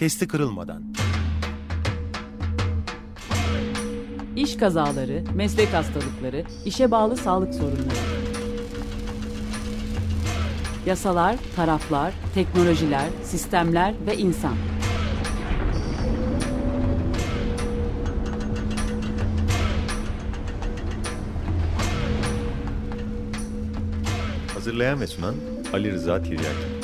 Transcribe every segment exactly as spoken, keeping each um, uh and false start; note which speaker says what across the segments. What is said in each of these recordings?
Speaker 1: testi kırılmadan.
Speaker 2: İş kazaları, meslek hastalıkları, işe bağlı sağlık sorunları. Yasalar, taraflar, teknolojiler, sistemler ve insan.
Speaker 1: Hazırlayan ve sunan Ali Rıza Tiryaki.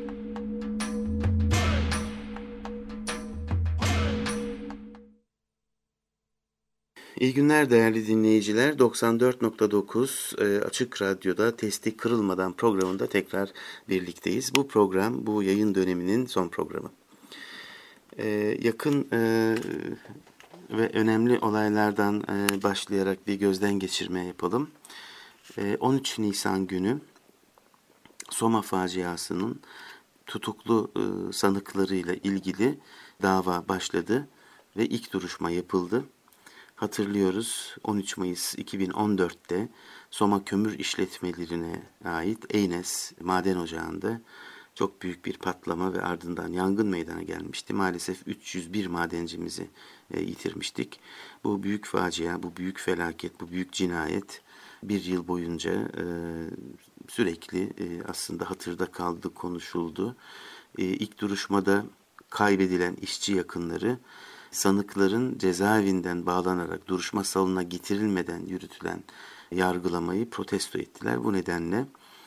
Speaker 3: İyi günler değerli dinleyiciler. doksan dört nokta dokuz e, Açık Radyo'da Testi Kırılmadan programında tekrar birlikteyiz. Bu program bu yayın döneminin son programı. E, yakın e, ve önemli olaylardan e, başlayarak bir gözden geçirme yapalım. E, on üç Nisan günü Soma faciasının tutuklu e, sanıklarıyla ilgili dava başladı ve ilk duruşma yapıldı. Hatırlıyoruz, on üç Mayıs iki bin on dörtte Soma Kömür İşletmelerine ait Eynes Maden Ocağı'nda çok büyük bir patlama ve ardından yangın meydana gelmişti. Maalesef üç yüz bir madencimizi e, yitirmiştik. Bu büyük facia, bu büyük felaket, bu büyük cinayet bir yıl boyunca e, sürekli e, aslında hatırda kaldı, konuşuldu. E, ilk duruşmada kaybedilen işçi yakınları, sanıkların cezaevinden bağlanarak duruşma salonuna getirilmeden yürütülen yargılamayı protesto ettiler. Bu nedenle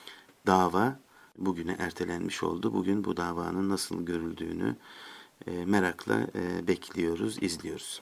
Speaker 3: dava bugüne ertelenmiş oldu. Bugün bu davanın nasıl görüldüğünü e, merakla e, bekliyoruz, izliyoruz.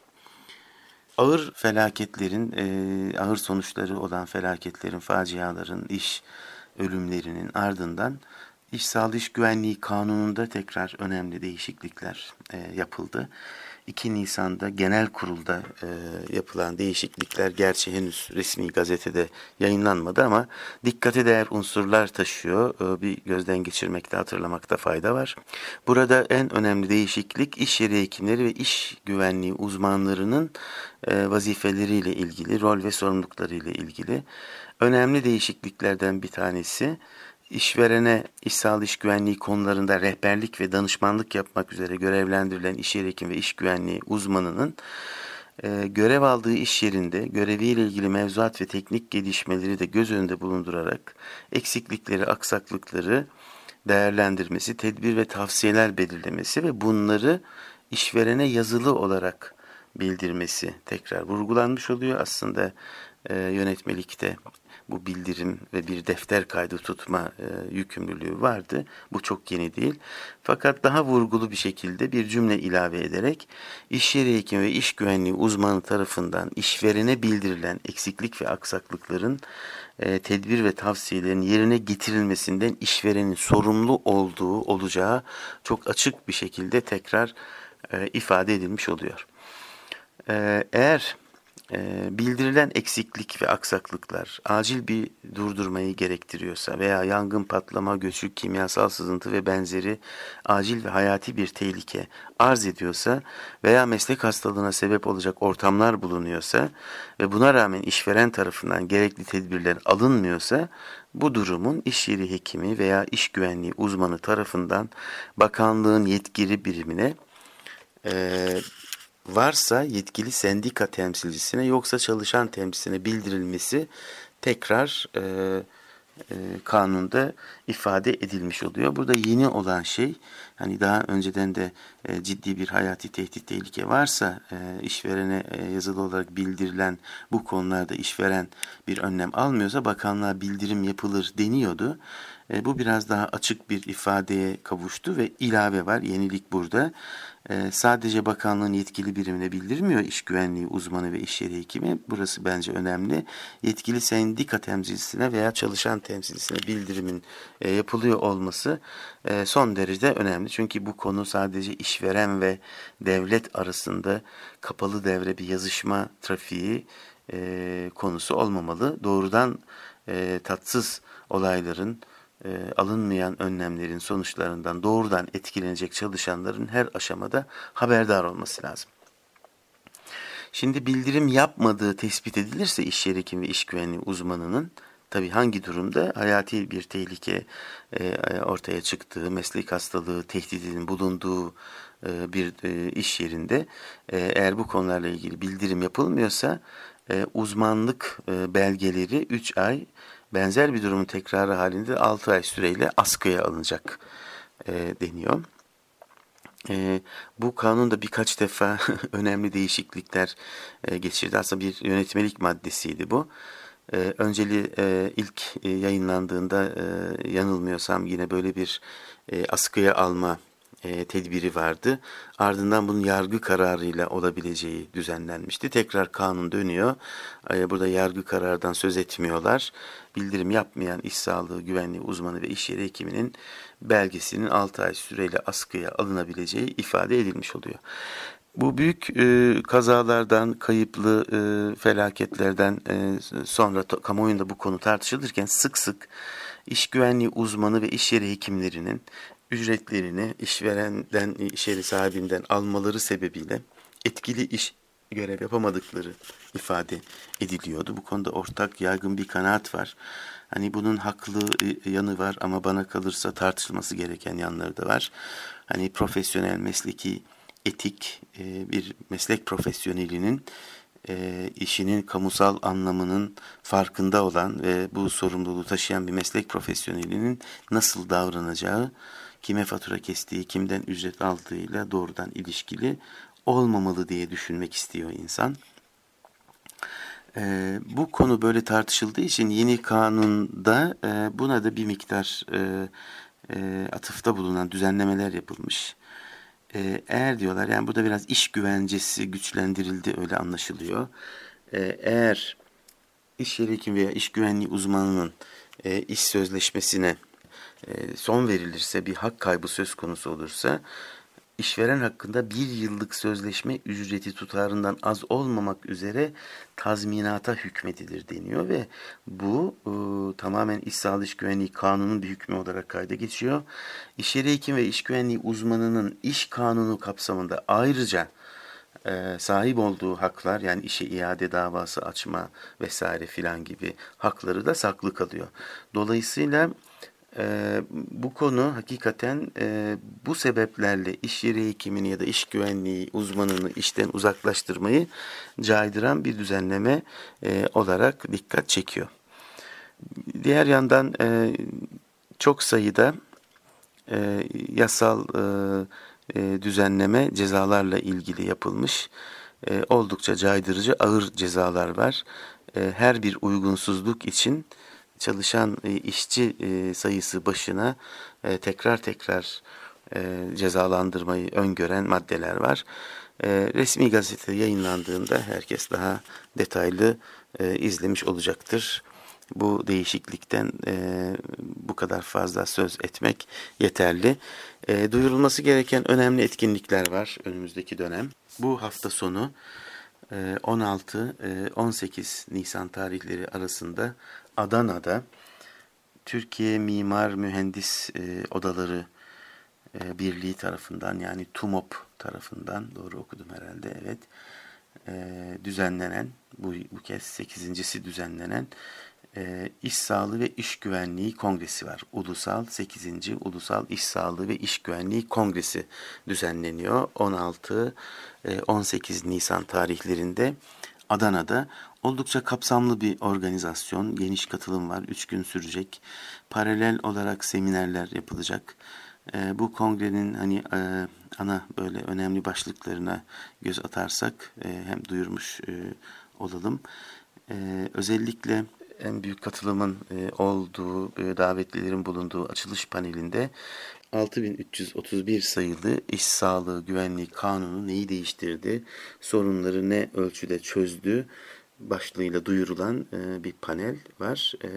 Speaker 3: Ağır felaketlerin, e, ağır sonuçları olan felaketlerin, faciaların, iş ölümlerinin ardından İş Sağlığı İş Güvenliği Kanunu'nda tekrar önemli değişiklikler e, yapıldı. iki Nisan'da genel kurulda e, yapılan değişiklikler gerçi henüz resmi gazetede yayınlanmadı ama dikkate değer unsurlar taşıyor. E, bir gözden geçirmekte, hatırlamakta fayda var. Burada en önemli değişiklik iş yeri hekimleri ve iş güvenliği uzmanlarının e, vazifeleriyle ilgili, rol ve sorumluluklarıyla ilgili. Önemli değişikliklerden bir tanesi, İşverene iş sağlığı iş güvenliği konularında rehberlik ve danışmanlık yapmak üzere görevlendirilen iş yeri hekimi ve iş güvenliği uzmanının e, görev aldığı iş yerinde göreviyle ilgili mevzuat ve teknik gelişmeleri de göz önünde bulundurarak eksiklikleri, aksaklıkları değerlendirmesi, tedbir ve tavsiyeler belirlemesi ve bunları işverene yazılı olarak bildirmesi tekrar vurgulanmış oluyor. Aslında e, yönetmelikte bu bildirim ve bir defter kaydı tutma e, yükümlülüğü vardı. Bu çok yeni değil. Fakat daha vurgulu bir şekilde bir cümle ilave ederek iş yeri hekimi ve iş güvenliği uzmanı tarafından işverene bildirilen eksiklik ve aksaklıkların e, tedbir ve tavsiyelerin yerine getirilmesinden işverenin sorumlu olduğu olacağı çok açık bir şekilde tekrar e, ifade edilmiş oluyor. E, eğer E, bildirilen eksiklik ve aksaklıklar acil bir durdurmayı gerektiriyorsa veya yangın, patlama, göçük, kimyasal sızıntı ve benzeri acil ve hayati bir tehlike arz ediyorsa veya meslek hastalığına sebep olacak ortamlar bulunuyorsa ve buna rağmen işveren tarafından gerekli tedbirler alınmıyorsa bu durumun iş yeri hekimi veya iş güvenliği uzmanı tarafından bakanlığın yetkili birimine e, varsa yetkili sendika temsilcisine, yoksa çalışan temsilcisine bildirilmesi tekrar e, e, kanunda ifade edilmiş oluyor. Burada yeni olan şey, hani daha önceden de e, ciddi bir hayati tehdit, tehlike varsa e, işverene e, yazılı olarak bildirilen bu konularda işveren bir önlem almıyorsa bakanlığa bildirim yapılır deniyordu. E, bu biraz daha açık bir ifadeye kavuştu ve ilave var, yenilik burada. E, sadece bakanlığın yetkili birimine bildirmiyor iş güvenliği uzmanı ve iş yeri hekimi. Burası bence önemli. Yetkili sendika temsilcisine veya çalışan temsilcisine bildirimin e, yapılıyor olması e, son derece önemli. Çünkü bu konu sadece işveren ve devlet arasında kapalı devre bir yazışma trafiği e, konusu olmamalı. Doğrudan e, tatsız olayların, E, alınmayan önlemlerin sonuçlarından doğrudan etkilenecek çalışanların her aşamada haberdar olması lazım. Şimdi bildirim yapmadığı tespit edilirse iş yeri hekimi ve iş güvenliği uzmanının Tabii hangi durumda hayati bir tehlike e, ortaya çıktığı, meslek hastalığı tehdidinin bulunduğu e, bir e, iş yerinde e, eğer bu konularla ilgili bildirim yapılmıyorsa e, uzmanlık e, belgeleri üç ay, benzer bir durumun tekrarı halinde altı ay süreyle askıya alınacak e, deniyor. E, bu kanunda birkaç defa önemli değişiklikler e, geçirdi. Aslında bir yönetmelik maddesiydi bu. E, önceli e, ilk e, yayınlandığında e, yanılmıyorsam yine böyle bir e, askıya alma e, tedbiri vardı. Ardından bunun yargı kararıyla olabileceği düzenlenmişti. Tekrar kanun dönüyor. E, burada yargı karardan söz etmiyorlar. Bildirim yapmayan iş sağlığı güvenliği uzmanı ve iş yeri hekiminin belgesinin altı ay süreyle askıya alınabileceği ifade edilmiş oluyor. Bu büyük e, kazalardan, kayıplı e, felaketlerden e, sonra to, kamuoyunda bu konu tartışılırken sık sık iş güvenliği uzmanı ve iş yeri hekimlerinin ücretlerini işverenden, iş yeri sahibinden almaları sebebiyle etkili iş görev yapamadıkları ifade ediliyordu. Bu konuda ortak yaygın bir kanaat var. Hani bunun haklı yanı var ama bana kalırsa tartışılması gereken yanları da var. Hani profesyonel mesleki etik bir meslek profesyonelinin işinin kamusal anlamının farkında olan ve bu sorumluluğu taşıyan bir meslek profesyonelinin nasıl davranacağı, kime fatura kestiği, kimden ücret aldığıyla doğrudan ilişkili olmamalı diye düşünmek istiyor insan. Ee, bu konu böyle tartışıldığı için yeni kanunda e, buna da bir miktar e, e, atıfta bulunan düzenlemeler yapılmış. E, eğer diyorlar, yani burada biraz iş güvencesi güçlendirildi, öyle anlaşılıyor. E, eğer iş yeri hekimi veya iş güvenliği uzmanının e, iş sözleşmesine e, son verilirse, bir hak kaybı söz konusu olursa, İşveren hakkında bir yıllık sözleşme ücreti tutarından az olmamak üzere tazminata hükmedilir deniyor ve bu e, tamamen İş Sağlığı İş Güvenliği Kanunu'nun bir hükmü olarak kayda geçiyor. İş yeri hekim ve iş güvenliği uzmanının iş kanunu kapsamında ayrıca e, sahip olduğu haklar, yani işe iade davası açma vesaire filan gibi hakları da saklı kalıyor. Dolayısıyla Ee, bu konu hakikaten e, bu sebeplerle iş yeri hekimini ya da iş güvenliği uzmanını işten uzaklaştırmayı caydıran bir düzenleme e, olarak dikkat çekiyor. Diğer yandan e, çok sayıda e, yasal e, e, düzenleme cezalarla ilgili yapılmış. E, oldukça caydırıcı ağır cezalar var. E, her bir uygunsuzluk için çalışan e, işçi e, sayısı başına e, tekrar tekrar e, cezalandırmayı öngören maddeler var. E, resmi gazete yayınlandığında herkes daha detaylı e, izlemiş olacaktır. Bu değişiklikten e, bu kadar fazla söz etmek yeterli. E, duyurulması gereken önemli etkinlikler var önümüzdeki dönem. Bu hafta sonu e, on altı on sekiz Nisan tarihleri arasında Adana'da Türkiye Mimar Mühendis e, Odaları e, Birliği tarafından, yani TUMOP tarafından, doğru okudum herhalde, evet, e, düzenlenen, bu, bu kez sekizincisi düzenlenen e, İş Sağlığı ve İş Güvenliği Kongresi var. Ulusal sekizinci Ulusal İş Sağlığı ve İş Güvenliği Kongresi düzenleniyor. on altı on sekiz Nisan tarihlerinde Adana'da. Oldukça kapsamlı bir organizasyon, geniş katılım var, üç gün sürecek. Paralel olarak seminerler yapılacak. E, bu kongrenin hani e, ana böyle önemli başlıklarına göz atarsak e, hem duyurmuş e, olalım. E, özellikle en büyük katılımın e, olduğu, e, davetlilerin bulunduğu açılış panelinde altı bin üç yüz otuz bir sayılı İş Sağlığı Güvenliği Kanunu neyi değiştirdi, sorunları ne ölçüde çözdü başlığıyla duyurulan e, bir panel var. E,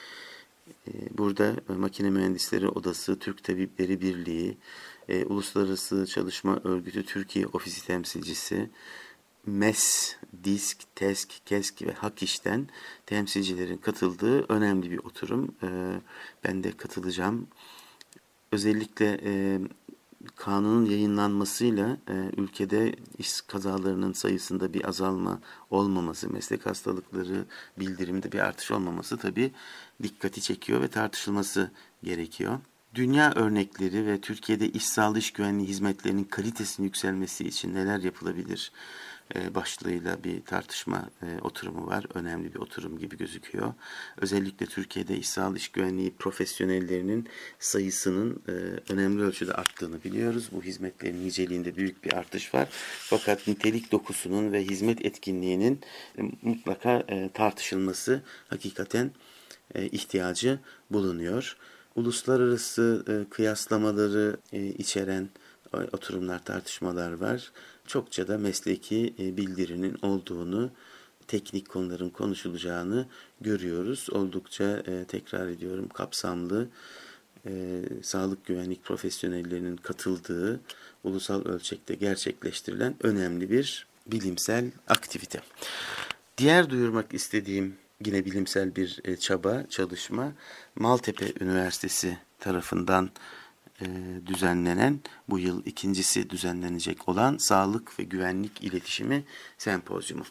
Speaker 3: e, burada Makine Mühendisleri Odası, Türk Tabipleri Birliği, e, Uluslararası Çalışma Örgütü Türkiye Ofisi Temsilcisi, M E S, DİSK, TESK, KESK ve HAKİŞ'ten temsilcilerin katıldığı önemli bir oturum. E, ben de katılacağım. Özellikle e, kanunun yayınlanmasıyla e, ülkede iş kazalarının sayısında bir azalma olmaması, meslek hastalıkları bildirimde bir artış olmaması tabii dikkati çekiyor ve tartışılması gerekiyor. Dünya örnekleri ve Türkiye'de iş sağlığı iş güvenliği hizmetlerinin kalitesinin yükselmesi için neler yapılabilir e, başlığıyla bir tartışma e, oturumu var. Önemli bir oturum gibi gözüküyor. Özellikle Türkiye'de iş sağlığı iş güvenliği profesyonellerinin sayısının e, önemli ölçüde arttığını biliyoruz. Bu hizmetlerin niceliğinde büyük bir artış var. Fakat nitelik dokusunun ve hizmet etkinliğinin e, mutlaka e, tartışılması hakikaten e, ihtiyacı bulunuyor. Uluslararası e, kıyaslamaları e, içeren e, oturumlar, tartışmalar var. Çokça da mesleki e, bildirinin olduğunu, teknik konuların konuşulacağını görüyoruz. Oldukça e, tekrar ediyorum kapsamlı e, sağlık güvenlik profesyonellerinin katıldığı ulusal ölçekte gerçekleştirilen önemli bir bilimsel aktivite. Diğer duyurmak istediğim yine bilimsel bir e, çaba, çalışma Maltepe Üniversitesi tarafından e, düzenlenen, bu yıl ikincisi düzenlenecek olan Sağlık ve Güvenlik İletişimi Sempozyumu.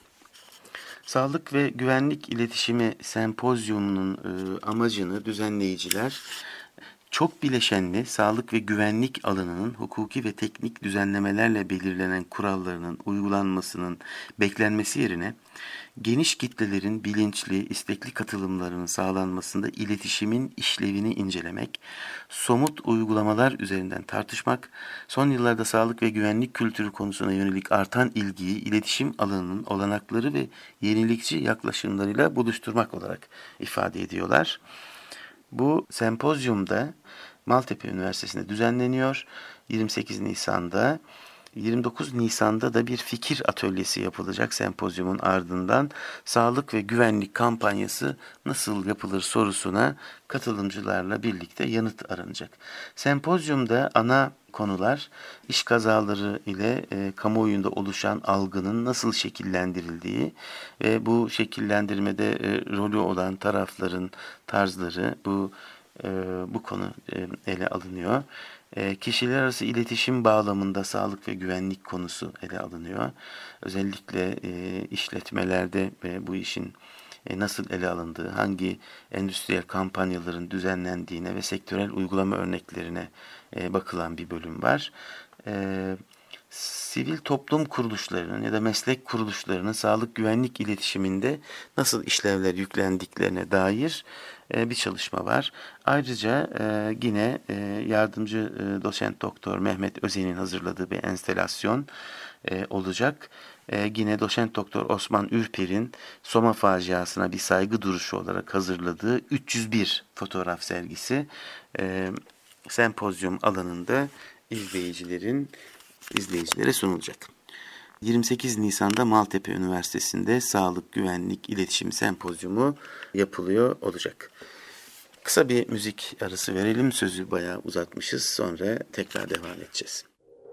Speaker 3: Sağlık ve Güvenlik İletişimi Sempozyumu'nun e, amacını düzenleyiciler çok bileşenli sağlık ve güvenlik alanının hukuki ve teknik düzenlemelerle belirlenen kurallarının uygulanmasının beklenmesi yerine geniş kitlelerin bilinçli, istekli katılımlarının sağlanmasında iletişimin işlevini incelemek, somut uygulamalar üzerinden tartışmak, son yıllarda sağlık ve güvenlik kültürü konusuna yönelik artan ilgiyi iletişim alanının olanakları ve yenilikçi yaklaşımlarıyla buluşturmak olarak ifade ediyorlar. Bu sempozyumda Maltepe Üniversitesi'nde düzenleniyor. yirmi sekiz Nisan'da, yirmi dokuz Nisan'da da bir fikir atölyesi yapılacak sempozyumun ardından. Sağlık ve güvenlik kampanyası nasıl yapılır sorusuna katılımcılarla birlikte yanıt aranacak. Sempozyumda ana konular iş kazaları ile e, kamuoyunda oluşan algının nasıl şekillendirildiği ve bu şekillendirmede e, rolü olan tarafların tarzları, bu e, bu konu e, ele alınıyor. E, kişiler arası iletişim bağlamında sağlık ve güvenlik konusu ele alınıyor. Özellikle e, işletmelerde e, bu işin e, nasıl ele alındığı, hangi endüstriyel kampanyaların düzenlendiğine ve sektörel uygulama örneklerine e, bakılan bir bölüm var. E, sivil toplum kuruluşlarının ya da meslek kuruluşlarının sağlık güvenlik iletişiminde nasıl işlevler yüklendiklerine dair e, bir çalışma var. Ayrıca e, yine e, yardımcı e, doçent doktor Mehmet Özen'in hazırladığı bir enstelasyon e, olacak. E, yine doçent doktor Osman Ürper'in Soma faciasına bir saygı duruşu olarak hazırladığı üç yüz bir fotoğraf sergisi e, sempozyum alanında izleyicilerin izleyicilere sunulacak. yirmi sekiz Nisan'da Maltepe Üniversitesi'nde Sağlık, Güvenlik, İletişim Sempozyumu yapılıyor olacak. Kısa bir müzik arası verelim. Sözü bayağı uzatmışız. Sonra tekrar devam edeceğiz.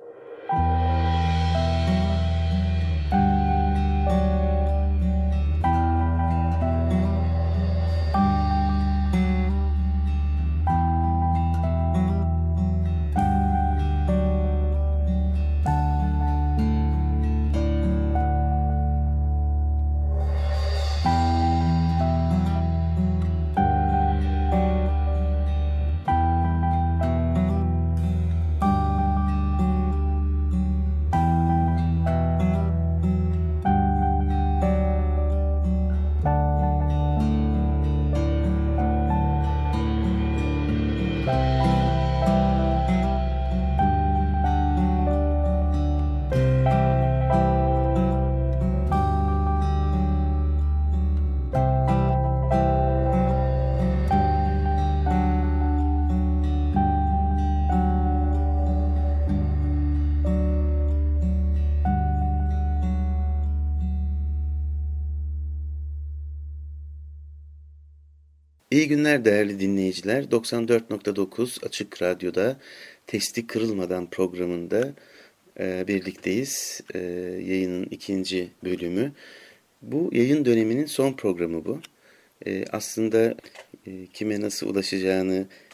Speaker 3: İyi günler değerli dinleyiciler. doksan dört nokta dokuz Açık Radyo'da Testi Kırılmadan programında e, birlikteyiz. E, yayının ikinci bölümü. Bu yayın döneminin son programı bu. E, aslında e, kime nasıl ulaşacağını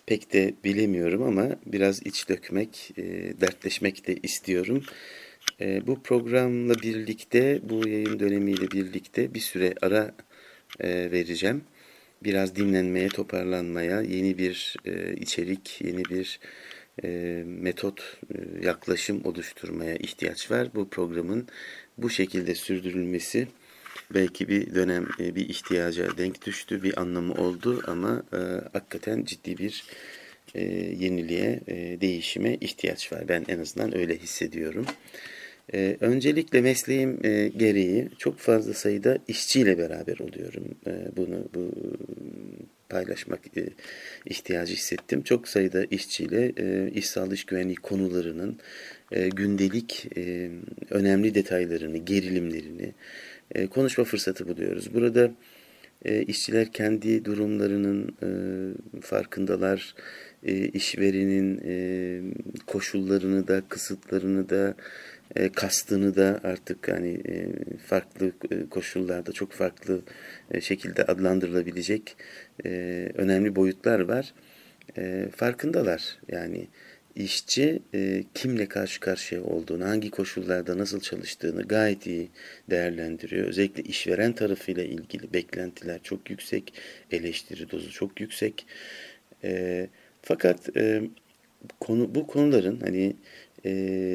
Speaker 3: pek de bilemiyorum ama biraz iç dökmek, e, dertleşmek de istiyorum. E, bu programla birlikte, bu yayın dönemiyle birlikte bir süre ara e, vereceğim. Biraz dinlenmeye, toparlanmaya, yeni bir e, içerik, yeni bir e, metot, e, yaklaşım oluşturmaya ihtiyaç var. Bu programın bu şekilde sürdürülmesi belki bir dönem e, bir ihtiyaca denk düştü, bir anlamı oldu ama e, hakikaten ciddi bir e, yeniliğe, e, değişime ihtiyaç var. Ben en azından öyle hissediyorum. E, öncelikle mesleğim e, gereği çok fazla sayıda işçiyle beraber oluyorum. E, bunu bu paylaşmak e, ihtiyacı hissettim. Çok sayıda işçiyle e, iş sağlığı iş güvenliği konularının e, gündelik e, önemli detaylarını, gerilimlerini e, konuşma fırsatı buluyoruz. Burada e, işçiler kendi durumlarının e, farkındalar, e, işverenin e, koşullarını da, kısıtlarını da, e, kastını da artık hani e, farklı e, koşullarda çok farklı e, şekilde adlandırılabilecek e, önemli boyutlar var. E, farkındalar yani. İşçi e, kimle karşı karşıya olduğunu, hangi koşullarda nasıl çalıştığını gayet iyi değerlendiriyor. Özellikle işveren tarafıyla ilgili beklentiler çok yüksek, eleştiri dozu çok yüksek. E, fakat e, konu bu konuların hani e,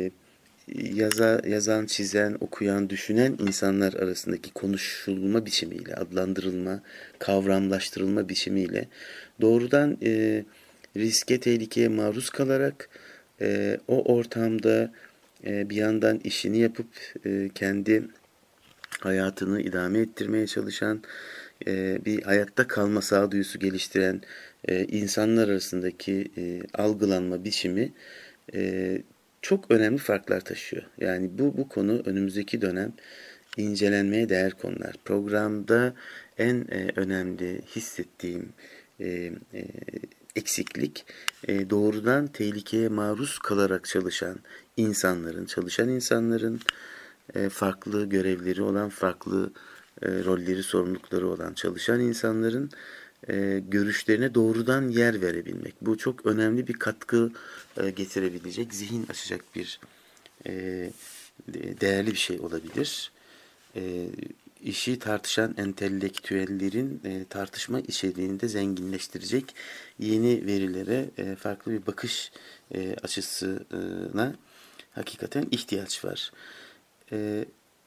Speaker 3: yaza, yazan, çizen, okuyan, düşünen insanlar arasındaki konuşulma biçimiyle, adlandırılma, kavramlaştırılma biçimiyle doğrudan e, riske, tehlikeye maruz kalarak e, o ortamda e, bir yandan işini yapıp e, kendi hayatını idame ettirmeye çalışan, e, bir hayatta kalma sağduyusu geliştiren e, insanlar arasındaki e, algılanma biçimi e, çok önemli farklar taşıyor. Yani bu bu konu önümüzdeki dönem incelenmeye değer konular. Programda en e, önemli hissettiğim e, e, eksiklik e, doğrudan tehlikeye maruz kalarak çalışan insanların, çalışan insanların e, farklı görevleri olan, farklı e, rolleri, sorumlulukları olan çalışan insanların e, görüşlerine doğrudan yer verebilmek. Bu çok önemli bir katkı e, getirebilecek, zihin açacak bir e, değerli bir şey olabilir. E, işi tartışan entelektüellerin e, tartışma içeriğini de zenginleştirecek yeni verilere, e, farklı bir bakış e, açısına hakikaten ihtiyaç var. E,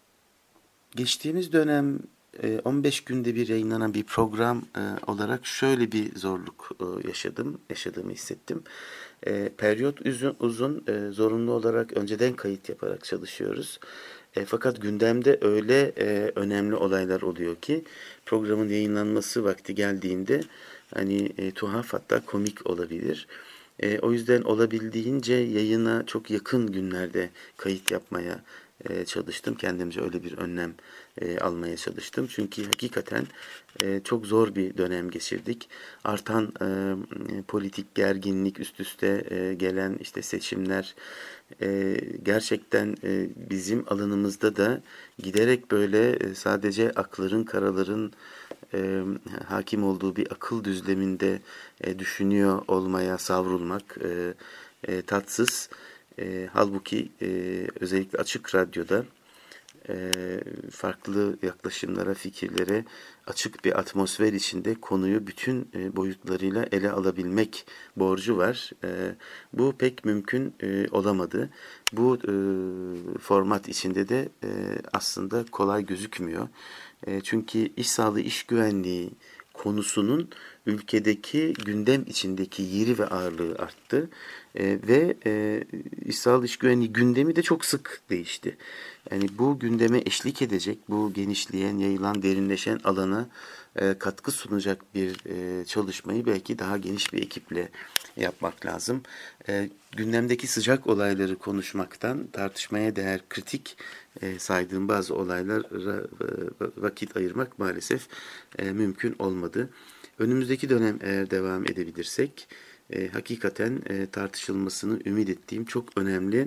Speaker 3: geçtiğimiz dönem e, on beş günde bir yayınlanan bir program e, olarak şöyle bir zorluk e, yaşadım, yaşadığımı hissettim. E, periyot uzun, uzun e, zorunlu olarak önceden kayıt yaparak çalışıyoruz. E, fakat gündemde öyle e, önemli olaylar oluyor ki programın yayınlanması vakti geldiğinde hani e, tuhaf hatta komik olabilir. E, o yüzden olabildiğince yayına çok yakın günlerde kayıt yapmaya e, çalıştım. Kendimce öyle bir önlem e, almaya çalıştım. Çünkü hakikaten e, çok zor bir dönem geçirdik. Artan e, politik gerginlik, üst üste e, gelen işte seçimler e, gerçekten e, bizim alanımızda da giderek böyle e, sadece akların, karaların e, hakim olduğu bir akıl düzleminde e, düşünüyor olmaya savrulmak e, e, tatsız. E, halbuki e, özellikle Açık Radyo'da e, farklı yaklaşımlara, fikirlere açık bir atmosfer içinde konuyu bütün e, boyutlarıyla ele alabilmek borcu var. E, bu pek mümkün e, olamadı. Bu e, format içinde de e, aslında kolay gözükmüyor. E, çünkü iş sağlığı, iş güvenliği konusunun ülkedeki gündem içindeki yeri ve ağırlığı arttı. E, ve e, iş sağlığı iş güvenliği gündemi de çok sık değişti. Yani bu gündeme eşlik edecek, bu genişleyen, yayılan, derinleşen alana e, katkı sunacak bir e, çalışmayı belki daha geniş bir ekiple yapmak lazım. E, gündemdeki sıcak olayları konuşmaktan tartışmaya değer kritik e, saydığım bazı olaylara e, vakit ayırmak maalesef e, mümkün olmadı. Önümüzdeki dönem eğer devam edebilirsek e, hakikaten e, tartışılmasını ümit ettiğim çok önemli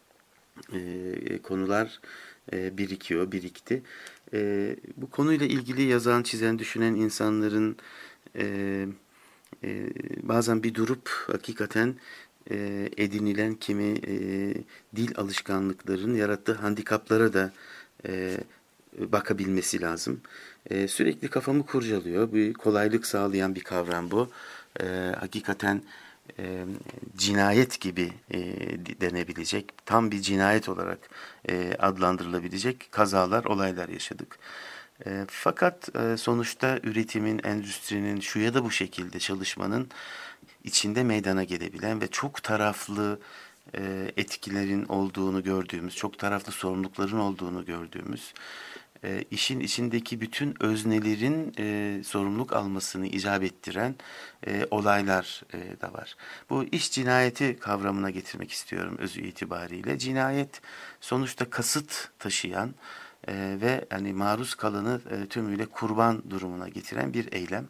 Speaker 3: e, konular e, birikiyor, birikti. E, bu konuyla ilgili yazan, çizen, düşünen insanların e, e, bazen bir durup hakikaten e, edinilen kimi e, dil alışkanlıklarının yarattığı handikaplara da e, bakabilmesi lazım. E, sürekli kafamı kurcalıyor. Bir kolaylık sağlayan bir kavram bu. E, hakikaten e, cinayet gibi e, denebilecek, tam bir cinayet olarak e, adlandırılabilecek kazalar, olaylar yaşadık. E, fakat e, sonuçta üretimin, endüstrinin, şu ya da bu şekilde çalışmanın içinde meydana gelebilen ve çok taraflı e, etkilerin olduğunu gördüğümüz, çok taraflı sorumlulukların olduğunu gördüğümüz, e, işin içindeki bütün öznelerin e, sorumluluk almasını icap ettiren e, olaylar e, da var. Bu iş cinayeti kavramına getirmek istiyorum özü itibariyle. Cinayet sonuçta kasıt taşıyan e, ve hani maruz kalanı e, tümüyle kurban durumuna getiren bir eylem.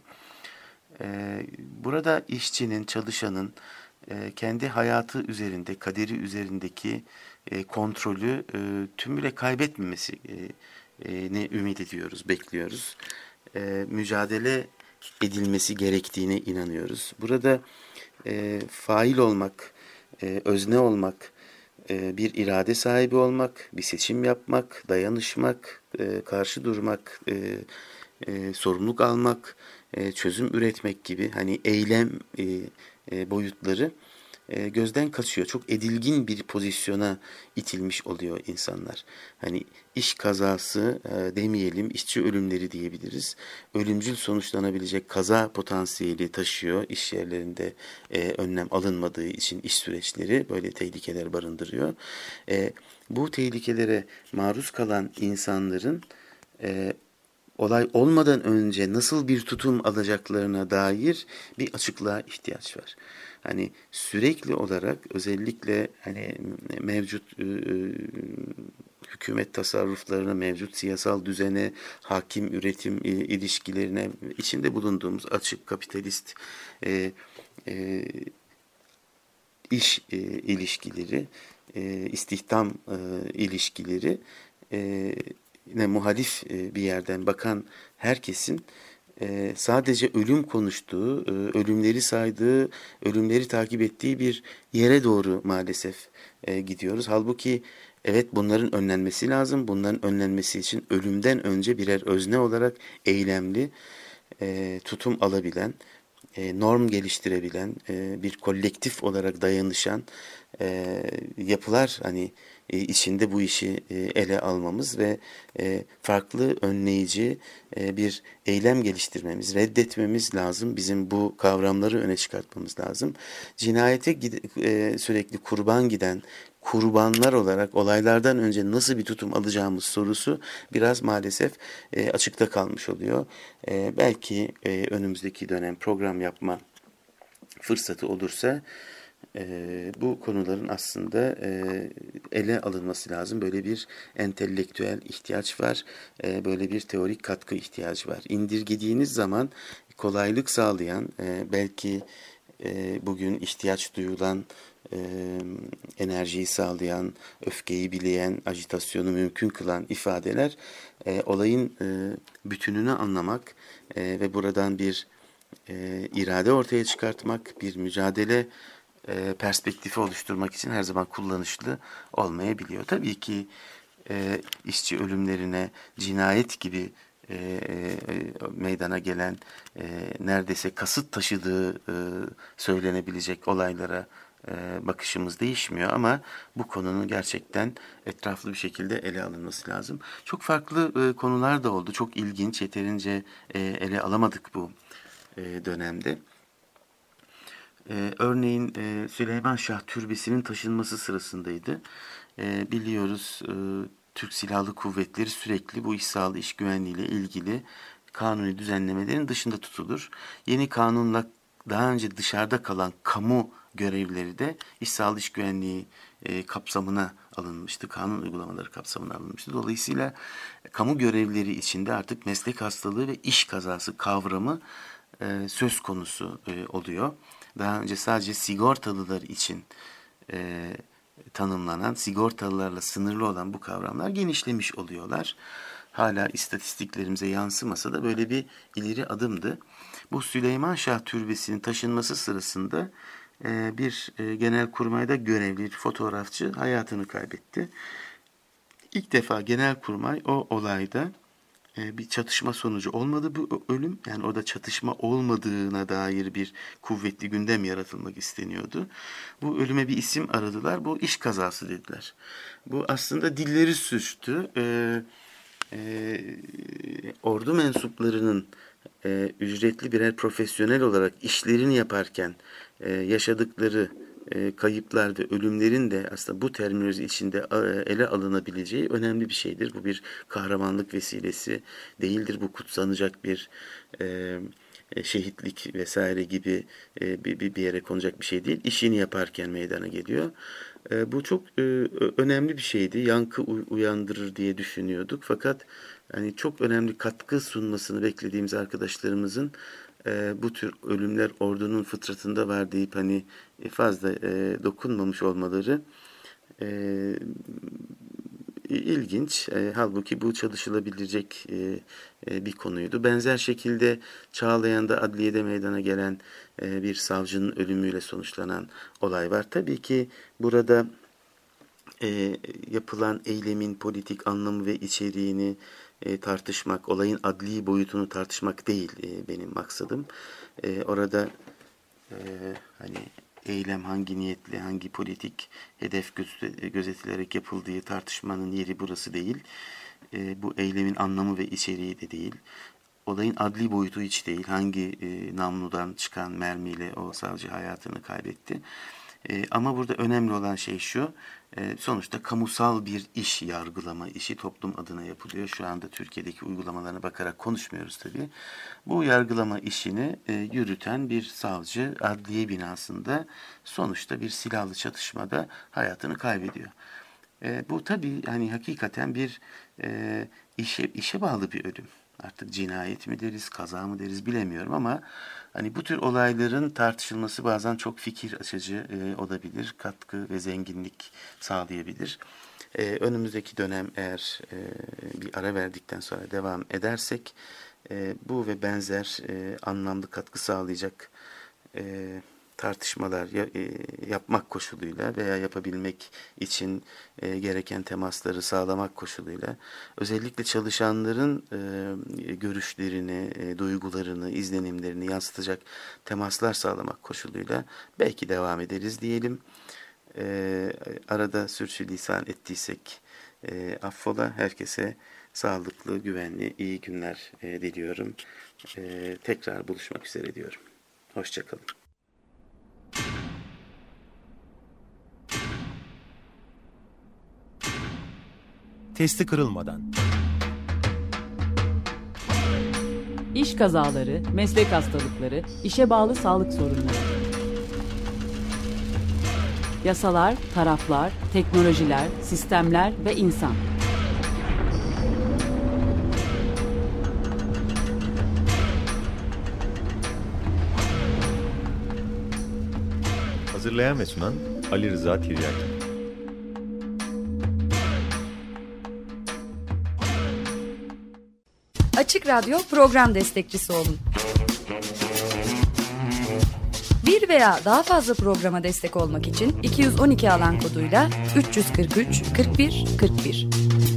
Speaker 3: E, burada işçinin, çalışanın e, kendi hayatı üzerinde, kaderi üzerindeki e, kontrolü e, tümüyle kaybetmemesi e, ne ümit ediyoruz, bekliyoruz. E, mücadele edilmesi gerektiğine inanıyoruz. Burada e, fail olmak, e, özne olmak, e, bir irade sahibi olmak, bir seçim yapmak, dayanışmak, e, karşı durmak, e, e, sorumluluk almak, e, çözüm üretmek gibi hani eylem e, e, boyutları e, gözden kaçıyor. Çok edilgin bir pozisyona itilmiş oluyor insanlar. Hani iş kazası e, demeyelim, işçi ölümleri diyebiliriz. Ölümcül sonuçlanabilecek kaza potansiyeli taşıyor. İş yerlerinde e, önlem alınmadığı için iş süreçleri böyle tehlikeler barındırıyor. E, bu tehlikelere maruz kalan insanların e, olay olmadan önce nasıl bir tutum alacaklarına dair bir açıklığa ihtiyaç var. Hani sürekli olarak özellikle hani mevcut e, hükümet tasarruflarına, mevcut siyasal düzene, hakim üretim e, ilişkilerine, içinde bulunduğumuz açık kapitalist e, e, iş e, ilişkileri, e, istihdam e, ilişkileri e, ne muhalif bir yerden bakan herkesin sadece ölüm konuştuğu, ölümleri saydığı, ölümleri takip ettiği bir yere doğru maalesef gidiyoruz. Halbuki evet bunların önlenmesi lazım. Bunların önlenmesi için ölümden önce birer özne olarak eylemli, tutum alabilen, norm geliştirebilen, bir kolektif olarak dayanışan yapılar hani içinde bu işi ele almamız ve farklı önleyici bir eylem geliştirmemiz, reddetmemiz lazım. Bizim bu kavramları öne çıkartmamız lazım. Cinayete sürekli kurban giden kurbanlar olarak olaylardan önce nasıl bir tutum alacağımız sorusu biraz maalesef açıkta kalmış oluyor. Belki önümüzdeki dönem program yapma fırsatı olursa Ee, bu konuların aslında e, ele alınması lazım. Böyle bir entelektüel ihtiyaç var. E, böyle bir teorik katkı ihtiyacı var. İndirgediğiniz zaman kolaylık sağlayan, e, belki e, bugün ihtiyaç duyulan, e, enerjiyi sağlayan, öfkeyi bileyen, ajitasyonu mümkün kılan ifadeler e, olayın e, bütününü anlamak e, ve buradan bir e, irade ortaya çıkartmak, bir mücadele perspektifi oluşturmak için her zaman kullanışlı olmayabiliyor. Tabii ki e, işçi ölümlerine cinayet gibi e, e, meydana gelen e, neredeyse kasıt taşıdığı e, söylenebilecek olaylara e, bakışımız değişmiyor ama bu konunun gerçekten etraflı bir şekilde ele alınması lazım. Çok farklı e, konular da oldu. Çok ilginç, yeterince e, ele alamadık bu e, dönemde. Ee, örneğin e, Süleyman Şah Türbesi'nin taşınması sırasındaydı. E, biliyoruz e, Türk Silahlı Kuvvetleri sürekli bu iş sağlığı, iş güvenliği ile ilgili kanuni düzenlemelerin dışında tutulur. Yeni kanunla daha önce dışarıda kalan kamu görevlileri de iş sağlığı, iş güvenliği e, kapsamına alınmıştı. Kanun uygulamaları kapsamına alınmıştı. Dolayısıyla kamu görevlileri içinde artık meslek hastalığı ve iş kazası kavramı e, söz konusu e, oluyor. Daha önce sadece sigortalılar için e, tanımlanan, sigortalılarla sınırlı olan bu kavramlar genişlemiş oluyorlar. Hala istatistiklerimize yansımasa da böyle bir ileri adımdı. bu Süleyman Şah Türbesi'nin taşınması sırasında e, bir e, genelkurmayda görevli bir fotoğrafçı hayatını kaybetti. İlk defa genelkurmay o olayda e, bir çatışma sonucu olmadı bu ölüm. Yani orada çatışma olmadığına dair bir kuvvetli gündem yaratılmak isteniyordu. Bu ölüme bir isim aradılar. Bu iş kazası dediler. Bu aslında dilleri sürçtü. E, e, ordu mensuplarının e, ücretli birer profesyonel olarak işlerini yaparken e, yaşadıkları e, kayıplar ve ölümlerin de aslında bu terminoloji içinde e, ele alınabileceği önemli bir şeydir. Bu bir kahramanlık vesilesi değildir. Bu kutsanacak bir e, şehitlik vesaire gibi e, bir, bir yere konacak bir şey değil. İşini yaparken meydana geliyor. E, bu çok e, önemli bir şeydi. Yankı uyandırır diye düşünüyorduk. Fakat hani çok önemli katkı sunmasını beklediğimiz arkadaşlarımızın e, bu tür ölümler ordunun fıtratında var deyip hani fazla e, dokunmamış olmaları e, ilginç. E, halbuki bu çalışılabilecek e, e, bir konuydu. Benzer şekilde Çağlayan'da adliyede meydana gelen e, bir savcının ölümüyle sonuçlanan olay var. Tabii ki burada e, yapılan eylemin politik anlamı ve içeriğini e, tartışmak, olayın adli boyutunu tartışmak değil e, benim maksadım. E, orada e, hani eylem hangi niyetle, hangi politik hedef gözetilerek yapıldığı tartışmanın yeri burası değil. E, bu eylemin anlamı ve içeriği de değil. Olayın adli boyutu hiç değil. Hangi e, namludan çıkan mermiyle o savcı hayatını kaybetti. E, ama burada önemli olan şey şu, e, sonuçta kamusal bir iş yargılama işi toplum adına yapılıyor. Şu anda Türkiye'deki uygulamalarına bakarak konuşmuyoruz tabii. Bu yargılama işini e, yürüten bir savcı adliye binasında sonuçta bir silahlı çatışmada hayatını kaybediyor. E, bu tabii hani hakikaten bir e, işe, işe bağlı bir ölüm. Artık cinayet mi deriz, kaza mı deriz bilemiyorum ama hani bu tür olayların tartışılması bazen çok fikir açıcı e, olabilir, katkı ve zenginlik sağlayabilir. E, önümüzdeki dönem eğer e, bir ara verdikten sonra devam edersek e, bu ve benzer e, anlamlı katkı sağlayacak e, tartışmalar yapmak koşuluyla veya yapabilmek için gereken temasları sağlamak koşuluyla özellikle çalışanların görüşlerini, duygularını, izlenimlerini yansıtacak temaslar sağlamak koşuluyla belki devam ederiz diyelim. Arada sürçülisan ettiysek affola. Herkese sağlıklı, güvenli, iyi günler diliyorum. Tekrar buluşmak üzere diyorum. Hoşçakalın.
Speaker 1: Testi kırılmadan.
Speaker 2: İş kazaları, meslek hastalıkları, işe bağlı sağlık sorunları. Yasalar, taraflar, teknolojiler, sistemler ve insan.
Speaker 1: Hazırlayan ve sunan Ali Rıza Tiryaki.
Speaker 4: Açık Radyo program destekçisi olun. Bir veya daha fazla programa destek olmak için iki yüz on iki alan koduyla üç yüz kırk üç kırk bir kırk bir.